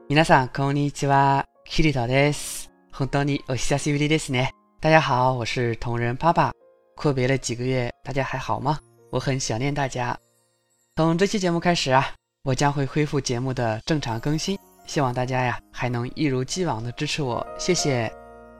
皆さんこんにちは、キリトです。本当にお久しぶりですね。大家好，我是同人爸爸。阔别了几个月，大家还好吗？我很想念大家。从这期节目开始啊，我将会恢复节目的正常更新，希望大家呀还能一如既往的支持我，谢谢。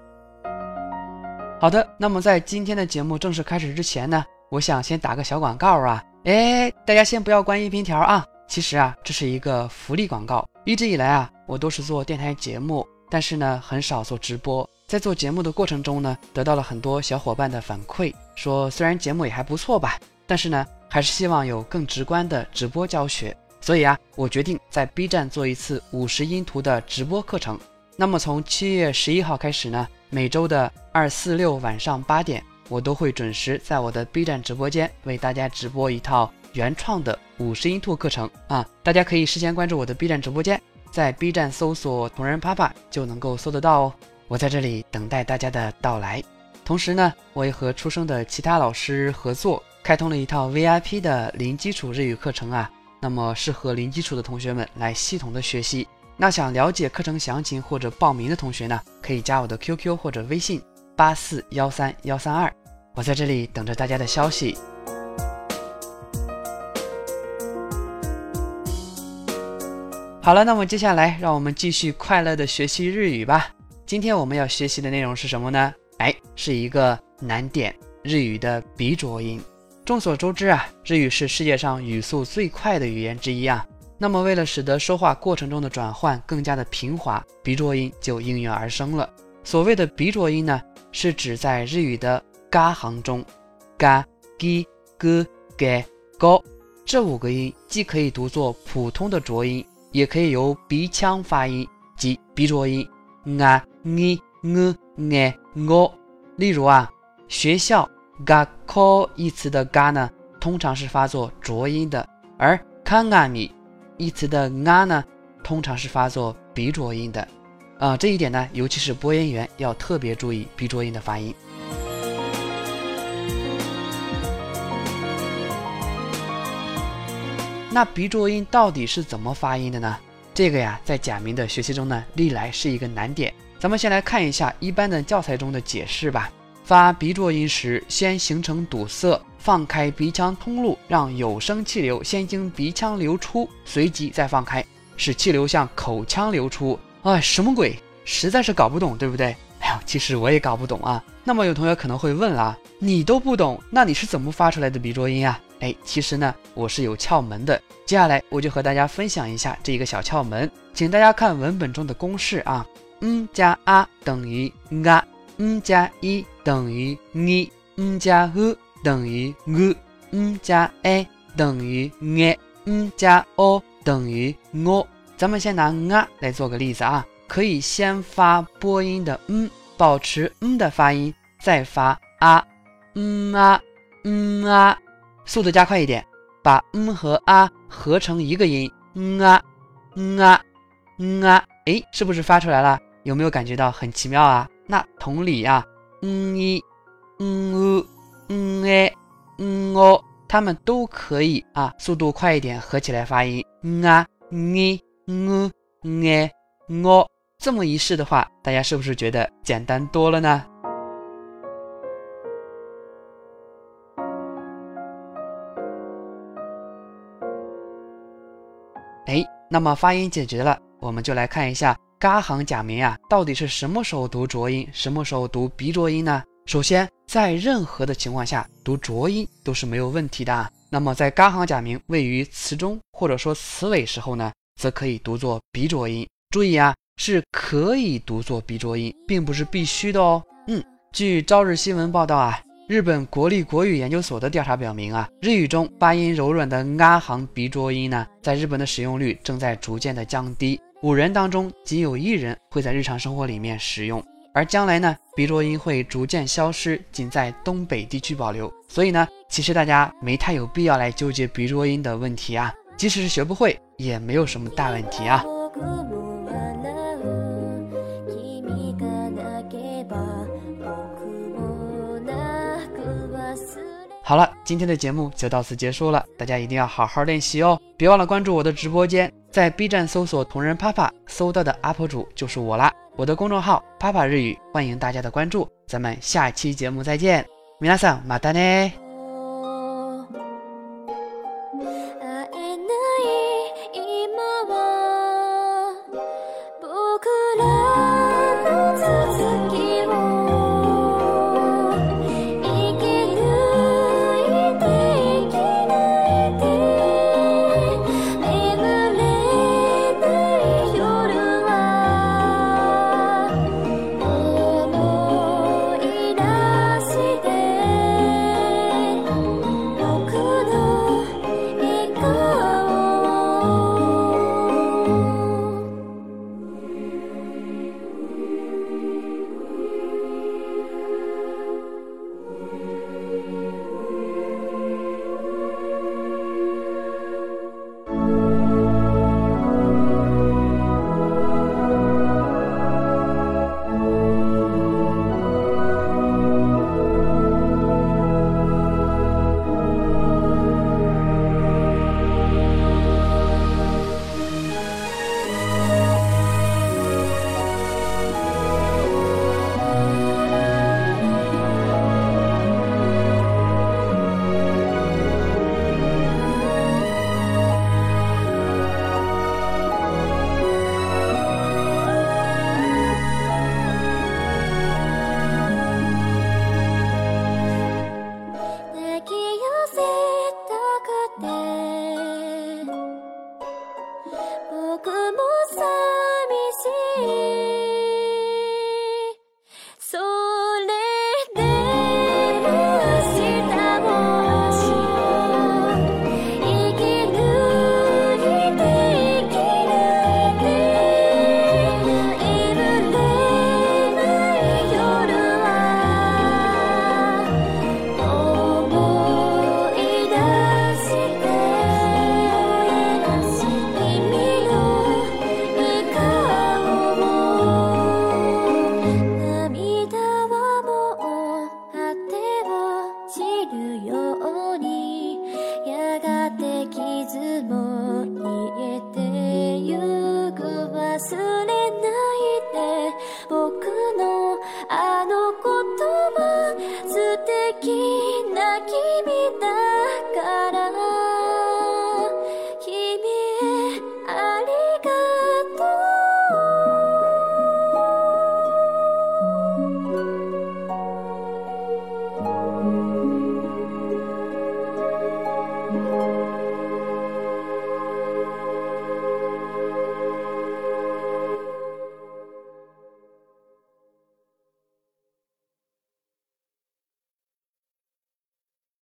好的，那么在今天的节目正式开始之前呢，我想先打个小广告啊。大家先不要关音频条啊。其实啊，这是一个福利广告。一直以来啊，我都是做电台节目，但是呢，很少做直播。在做节目的过程中呢，得到了很多小伙伴的反馈，说虽然节目也还不错吧，但是呢，还是希望有更直观的直播教学。所以啊，我决定在 B 站做一次50音图的直播课程。那么从7月11号开始呢，每周的2、4、6晚上8点，我都会准时在我的 B 站直播间为大家直播一套原创的50音图课程啊！大家可以事先关注我的 B 站直播间，在 B 站搜索同人爸爸就能够搜得到哦。我在这里等待大家的到来。同时呢，我也和出生的其他老师合作，开通了一套 VIP 的零基础日语课程啊。那么适合零基础的同学们来系统的学习。那想了解课程详情或者报名的同学呢，可以加我的 QQ 或者微信8413132，我在这里等着大家的消息。好了，那么接下来让我们继续快乐的学习日语吧。今天我们要学习的内容是什么呢？是一个难点，日语的鼻浊音。众所周知啊，日语是世界上语速最快的语言之一啊。那么为了使得说话过程中的转换更加的平滑，鼻浊音就应运而生了。所谓的鼻浊音呢，是指在日语的嘎行中，嘎、gi、gu、ge、go 这5个音既可以读作普通的浊音，也可以由鼻腔发音，即鼻浊音啊、ni、ng、nge、ngo。例如啊，学校学校一词的嘎呢，通常是发作浊音的，而鏡一词的啊呢，通常是发作鼻浊音的。这一点呢，尤其是播音员要特别注意鼻浊音的发音。那鼻浊音到底是怎么发音的呢？这个呀，在假名的学习中呢，历来是一个难点。咱们先来看一下一般的教材中的解释吧。发鼻浊音时，先形成堵塞，放开鼻腔通路，让有声气流先经鼻腔流出，随即再放开，使气流向口腔流出。什么鬼？实在是搞不懂，对不对？其实我也搞不懂啊。那么有同学可能会问了，你都不懂，那你是怎么发出来的鼻浊音啊？其实呢，我是有窍门的。接下来我就和大家分享一下这一个小窍门，请大家看文本中的公式啊。加啊等于啊，加一等于你，加等于加 a 等于 e， 加 o 等于 o。咱们先拿啊来做个例子啊，可以先发播音的保持的发音，再发啊啊，速度加快一点，把和啊合成一个音，是不是发出来了？有没有感觉到很奇妙啊？那同理啊，它们都可以啊，速度快一点合起来发音这么一试的话，大家是不是觉得简单多了呢？那么发音解决了，我们就来看一下嘎行假名啊，到底是什么时候读浊音，什么时候读鼻浊音呢？首先，在任何的情况下读浊音都是没有问题的啊。那么在嘎行假名位于词中或者说词尾时候呢，则可以读作鼻浊音。注意啊，是可以读作鼻浊音，并不是必须的哦。据朝日新闻报道啊，日本国立国语研究所的调查表明啊，日语中发音柔软的啊行鼻浊音呢，在日本的使用率正在逐渐的降低，5人当中仅有1人会在日常生活里面使用，而将来呢，鼻浊音会逐渐消失，仅在东北地区保留。所以呢，其实大家没太有必要来纠结鼻浊音的问题啊，即使是学不会，也没有什么大问题啊。好了，今天的节目就到此结束了，大家一定要好好练习哦，别忘了关注我的直播间， 在 B 站搜索同人啪啪搜到的 UP 主就是我啦。我的公众号啪啪日语，欢迎大家的关注，咱们下期节目再见。皆さんまたね。